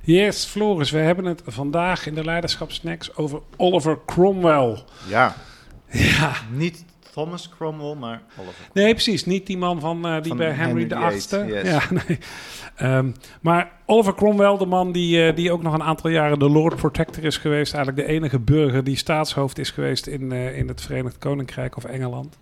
Yes, Floris, we hebben het vandaag in de Leiderschapssnacks over Oliver Cromwell. Ja. Ja. Niet Thomas Cromwell, maar Oliver. Nee, precies. Niet die man die van bij Henry VIII. Yes. Ja, nee. Maar Oliver Cromwell, de man die ook nog een aantal jaren de Lord Protector is geweest. Eigenlijk de enige burger die staatshoofd is geweest in het Verenigd Koninkrijk of Engeland.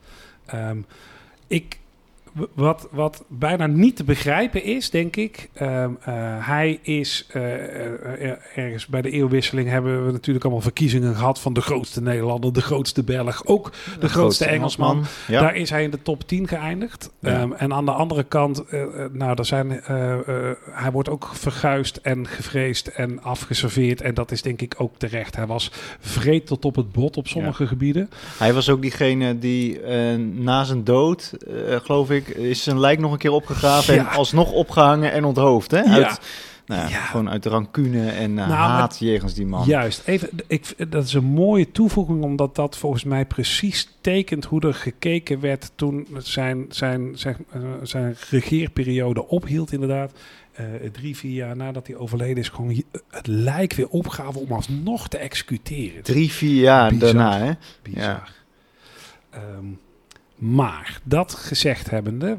Wat bijna niet te begrijpen is, denk ik. Hij is ergens bij de eeuwwisseling hebben we natuurlijk allemaal verkiezingen gehad van de grootste Nederlander, de grootste Belg, ook de grootste Engelsman. Ja. Daar is hij in de top 10 geëindigd. Ja. En aan de andere kant, hij wordt ook verguisd en gevreesd en afgeserveerd. En dat is denk ik ook terecht. Hij was vreed tot op het bot op sommige gebieden. Hij was ook diegene die na zijn dood, geloof ik, is zijn lijk nog een keer opgegraven en alsnog opgehangen en onthoofd. Hè? Gewoon uit de rancune en haat jegens die man. Juist. Dat is een mooie toevoeging, omdat dat volgens mij precies tekent hoe er gekeken werd toen zijn regeerperiode ophield inderdaad. 3-4 jaar nadat hij overleden is, gewoon het lijk weer opgaven om alsnog te executeren. 3-4 jaar bizar, daarna, hè? Bizar. Ja. Maar dat gezegd hebbende,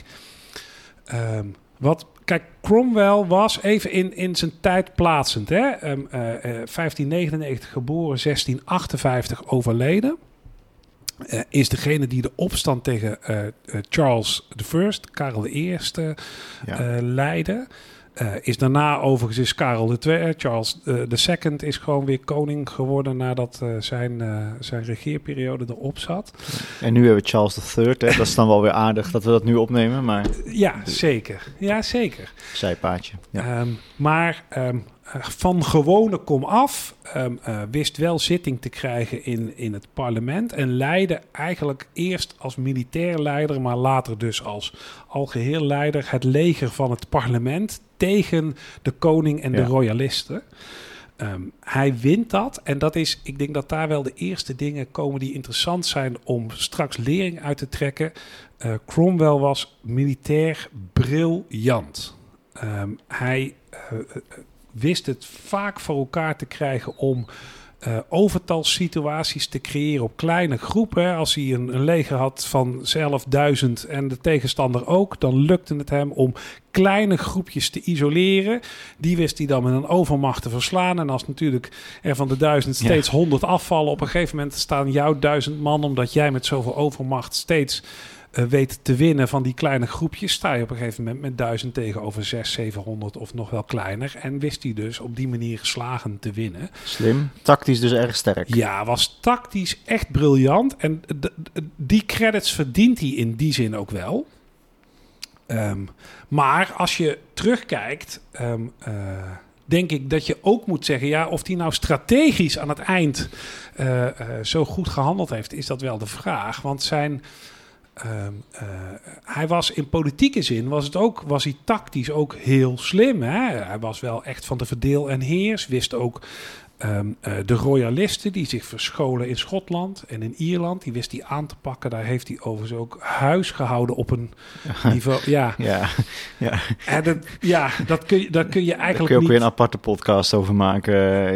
kijk, Cromwell was even in zijn tijd plaatsend. Hè? 1599 geboren, 1658 overleden. Is degene die de opstand tegen Charles I, Karel I, leidde. Is daarna overigens is Karel II, Charles II is gewoon weer koning geworden nadat zijn regeerperiode erop zat. En nu hebben we Charles III, hè? Dat is dan wel weer aardig dat we dat nu opnemen. Maar ja, zeker. Ja, zeker. Zijpaadje. Ja. Van gewone komaf wist wel zitting te krijgen in het parlement en leidde eigenlijk eerst als militair leider, maar later dus als algeheel leider het leger van het parlement tegen de koning en de royalisten. Hij wint dat en dat is, ik denk dat daar wel de eerste dingen komen die interessant zijn om straks lering uit te trekken. Cromwell was militair briljant. Hij wist het vaak voor elkaar te krijgen om overtalssituaties te creëren op kleine groepen. Als hij een leger had van zelf 1000 en de tegenstander ook, dan lukte het hem om kleine groepjes te isoleren. Die wist hij dan met een overmacht te verslaan. En als natuurlijk er van de 1000 steeds 100 afvallen, op een gegeven moment staan jouw 1000 man, omdat jij met zoveel overmacht steeds weet te winnen van die kleine groepjes, sta je op een gegeven moment met 1000 tegenover 600, 700 of nog wel kleiner. En wist hij dus op die manier slagen te winnen. Slim. Tactisch dus erg sterk. Ja, was tactisch echt briljant. En die credits verdient hij in die zin ook wel. Maar als je terugkijkt, denk ik dat je ook moet zeggen, of die nou strategisch aan het eind zo goed gehandeld heeft, is dat wel de vraag. Want hij was in politieke zin, was hij tactisch ook heel slim. Hè? Hij was wel echt van de verdeel en heers. Wist ook de royalisten die zich verscholen in Schotland en in Ierland. Die wist hij aan te pakken. Daar heeft hij overigens ook huis gehouden op een niveau. Dat kun je eigenlijk Daar kun je ook niet weer een aparte podcast over maken.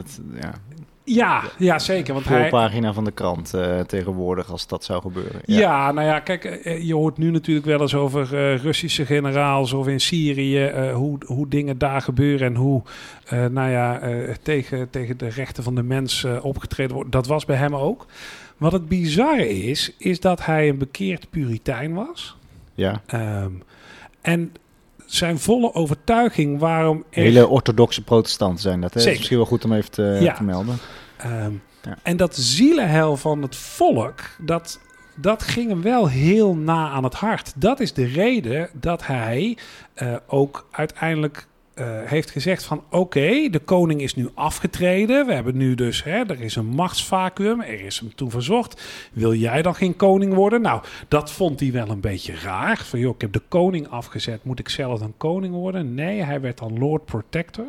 Ja, zeker. Want voorpagina van de krant tegenwoordig als dat zou gebeuren. Kijk, je hoort nu natuurlijk wel eens over Russische generaals of in Syrië, hoe dingen daar gebeuren en hoe tegen de rechten van de mens opgetreden wordt. Dat was bij hem ook. Wat het bizarre is dat hij een bekeerd puritein was. Ja. En zijn volle overtuiging waarom hele orthodoxe protestanten zijn dat. Hè? Dat is misschien wel goed om even te melden. En dat zielenheil van het volk, dat ging hem wel heel na aan het hart. Dat is de reden dat hij ook uiteindelijk heeft gezegd van oké, de koning is nu afgetreden. We hebben nu dus, er is een machtsvacuum. Er is hem toe verzocht. Wil jij dan geen koning worden? Nou, dat vond hij wel een beetje raar. Van ik heb de koning afgezet. Moet ik zelf dan koning worden? Nee, hij werd dan Lord Protector.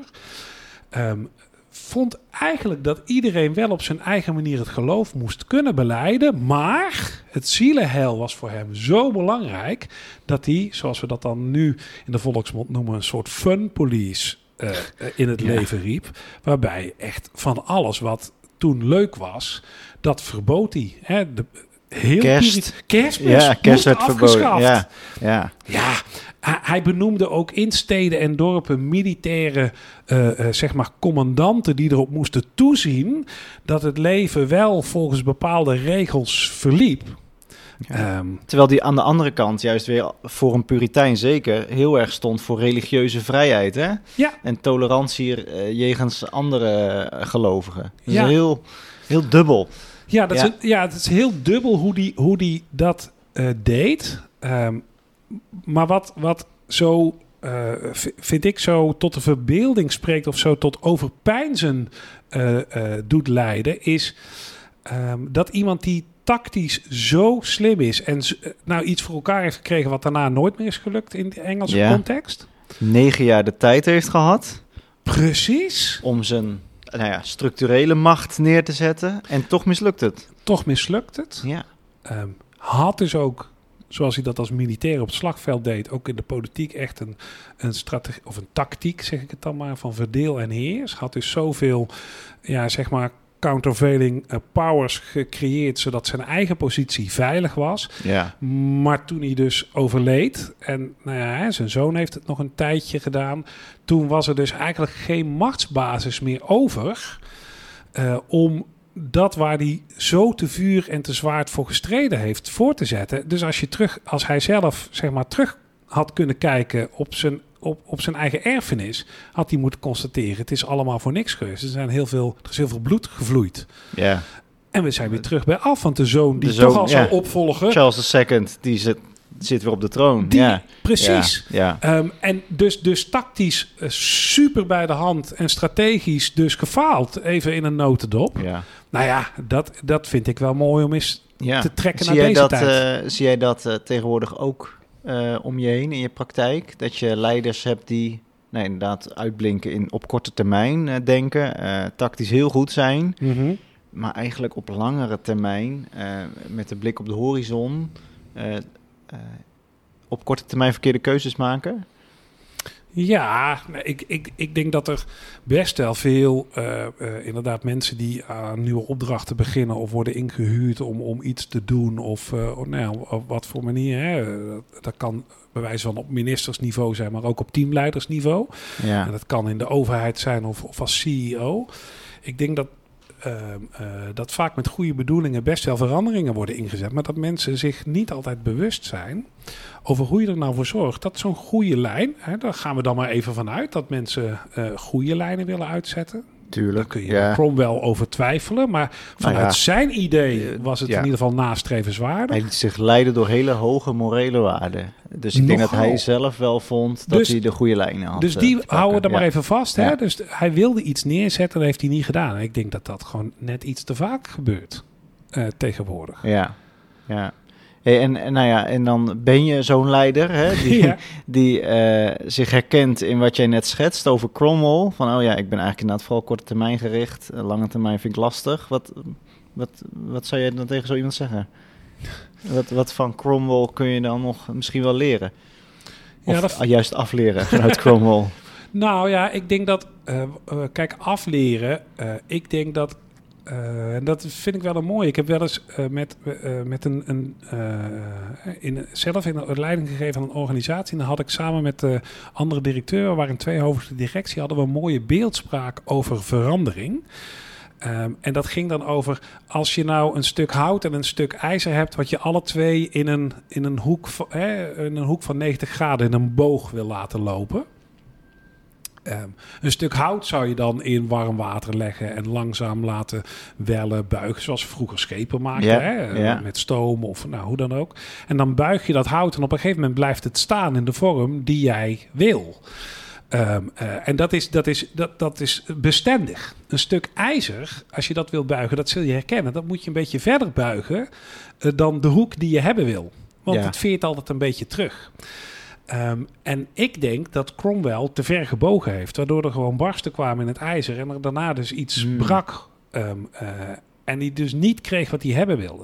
Vond eigenlijk dat iedereen wel op zijn eigen manier het geloof moest kunnen belijden. Maar het zielenheil was voor hem zo belangrijk dat hij, zoals we dat dan nu in de volksmond noemen, een soort fun police in het leven riep. Waarbij echt van alles wat toen leuk was, dat verbood hij. Hè? Kerstmis werd verboden. Ja, hij benoemde ook in steden en dorpen militaire commandanten die erop moesten toezien dat het leven wel volgens bepaalde regels verliep. Ja. Terwijl die aan de andere kant juist weer voor een Puritein zeker heel erg stond voor religieuze vrijheid, hè? Ja. En tolerantie jegens andere gelovigen. Dus heel dubbel. Ja, het is heel dubbel hoe die dat deed. Maar wat zo, vind ik, zo tot de verbeelding spreekt of zo tot overpeinzen doet leiden, is dat iemand die tactisch zo slim is en iets voor elkaar heeft gekregen wat daarna nooit meer is gelukt in de Engelse context. 9 jaar de tijd heeft gehad. Precies. Om zijn structurele macht neer te zetten en toch mislukt het. Ja. Had dus ook, zoals hij dat als militair op het slagveld deed, ook in de politiek echt een strategie of een tactiek, zeg ik het dan maar, van verdeel en heers. Had dus zoveel, countervailing powers gecreëerd, zodat zijn eigen positie veilig was. Ja. Maar toen hij dus overleed, en zijn zoon heeft het nog een tijdje gedaan, toen was er dus eigenlijk geen machtsbasis meer over om dat waar hij zo te vuur en te zwaard voor gestreden heeft voor te zetten. Dus als hij zelf terug had kunnen kijken op zijn eigen erfenis, had hij moeten constateren, het is allemaal voor niks geweest. Er is heel veel bloed gevloeid. Ja. En we zijn weer terug bij af, want de zoon die toch al zou opvolgen. Charles II, die zit weer op de troon. Precies. Ja. En dus tactisch super bij de hand en strategisch dus gefaald, even in een notendop. Ja. Nou ja, dat vind ik wel mooi om eens te trekken naar deze tijd. Zie jij dat tegenwoordig ook om je heen in je praktijk? Dat je leiders hebt die inderdaad uitblinken op korte termijn denken, tactisch heel goed zijn, maar eigenlijk op langere termijn, met de blik op de horizon, op korte termijn verkeerde keuzes maken? Ja, ik denk dat er best wel veel inderdaad mensen die aan nieuwe opdrachten beginnen of worden ingehuurd om iets te doen of op wat voor manier. Hè, dat kan bij wijze van op ministersniveau zijn, maar ook op teamleidersniveau. Ja. En dat kan in de overheid zijn of als CEO. Ik denk dat vaak met goede bedoelingen best wel veranderingen worden ingezet, maar dat mensen zich niet altijd bewust zijn over hoe je er nou voor zorgt dat zo'n goede lijn, daar gaan we dan maar even vanuit, dat mensen goede lijnen willen uitzetten. Tuurlijk. Daar kun je Cromwell over twijfelen, maar vanuit zijn idee was het in ieder geval nastrevenswaardig. Hij liet zich leiden door hele hoge morele waarden. Dus ik denk dat hij zelf wel vond dat hij de goede lijnen had. Dus die houden er maar even vast. Hè? Dus hij wilde iets neerzetten, dat heeft hij niet gedaan. En ik denk dat dat gewoon net iets te vaak gebeurt tegenwoordig. Ja. En dan ben je zo'n leider, hè, die zich herkent in wat jij net schetst over Cromwell. Van, ik ben eigenlijk inderdaad vooral korte termijn gericht. Lange termijn vind ik lastig. Wat zou jij dan tegen zo iemand zeggen? Wat van Cromwell kun je dan nog misschien wel leren? Of juist afleren vanuit Cromwell? Nou ja, ik denk dat, afleren, ik denk dat, en dat vind ik wel een mooie. Ik heb wel eens zelf in de leiding gegeven aan een organisatie. En dan had ik samen met de andere directeur, we waren 2 hoofden directie, hadden we een mooie beeldspraak over verandering. En dat ging dan over, als je nou een stuk hout en een stuk ijzer hebt, wat je alle twee in een hoek van 90 graden in een boog wil laten lopen. Een stuk hout zou je dan in warm water leggen en langzaam laten wellen, buigen, zoals we vroeger schepen maakten, met stoom of hoe dan ook. En dan buig je dat hout en op een gegeven moment blijft het staan in de vorm die jij wil. En dat is bestendig. Een stuk ijzer, als je dat wil buigen, dat zul je herkennen. Dat moet je een beetje verder buigen dan de hoek die je hebben wil. Want het veert altijd een beetje terug. En ik denk dat Cromwell te ver gebogen heeft, waardoor er gewoon barsten kwamen in het ijzer en er daarna dus iets brak. En die dus niet kreeg wat hij hebben wilde.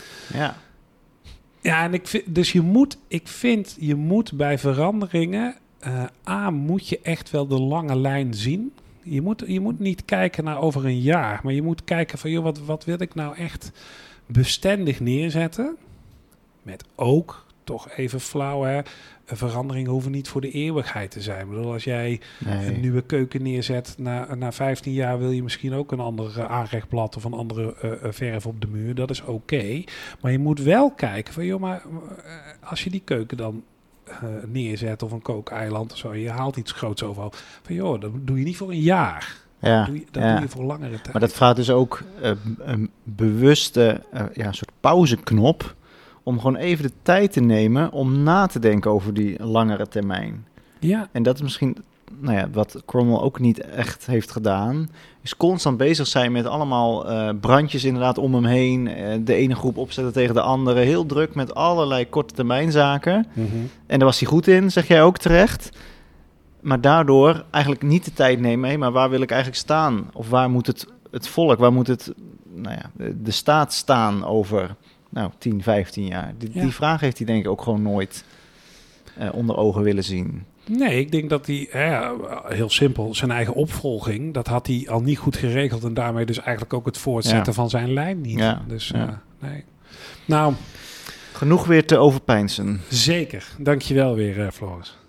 Ja, en ik vind je moet bij veranderingen moet je echt wel de lange lijn zien. Je moet niet kijken naar over een jaar, maar je moet kijken van, joh, wat wil ik nou echt bestendig neerzetten? Met ook, toch even flauw, hè, veranderingen hoeven niet voor de eeuwigheid te zijn. Ik bedoel, als jij een nieuwe keuken neerzet, na 15 jaar wil je misschien ook een ander aanrechtblad of een andere verf op de muur. Dat is oké. Maar je moet wel kijken van, joh, maar als je die keuken dan neerzet of een kookeiland of zo, je haalt iets groots overal. Van, joh, dat doe je niet voor een jaar. Ja, dat doe je voor langere tijd. Maar dat vraagt dus ook een bewuste een soort pauzeknop om gewoon even de tijd te nemen om na te denken over die langere termijn. Ja. En dat is misschien, wat Cromwell ook niet echt heeft gedaan, is constant bezig zijn met allemaal brandjes inderdaad om hem heen. De ene groep opzetten tegen de andere. Heel druk met allerlei korte termijn zaken. Mm-hmm. En daar was hij goed in, zeg jij ook terecht. Maar daardoor eigenlijk niet de tijd nemen, maar waar wil ik eigenlijk staan? Of waar moet het volk, waar moet het, de staat staan over 10, 15 jaar? Die vraag heeft hij denk ik ook gewoon nooit onder ogen willen zien. Nee, ik denk dat hij, heel simpel, zijn eigen opvolging, dat had hij al niet goed geregeld en daarmee dus eigenlijk ook het voortzetten van zijn lijn niet. Ja. Dus nee. Nou, genoeg weer te overpeinzen. Zeker. Dankjewel weer, Floris.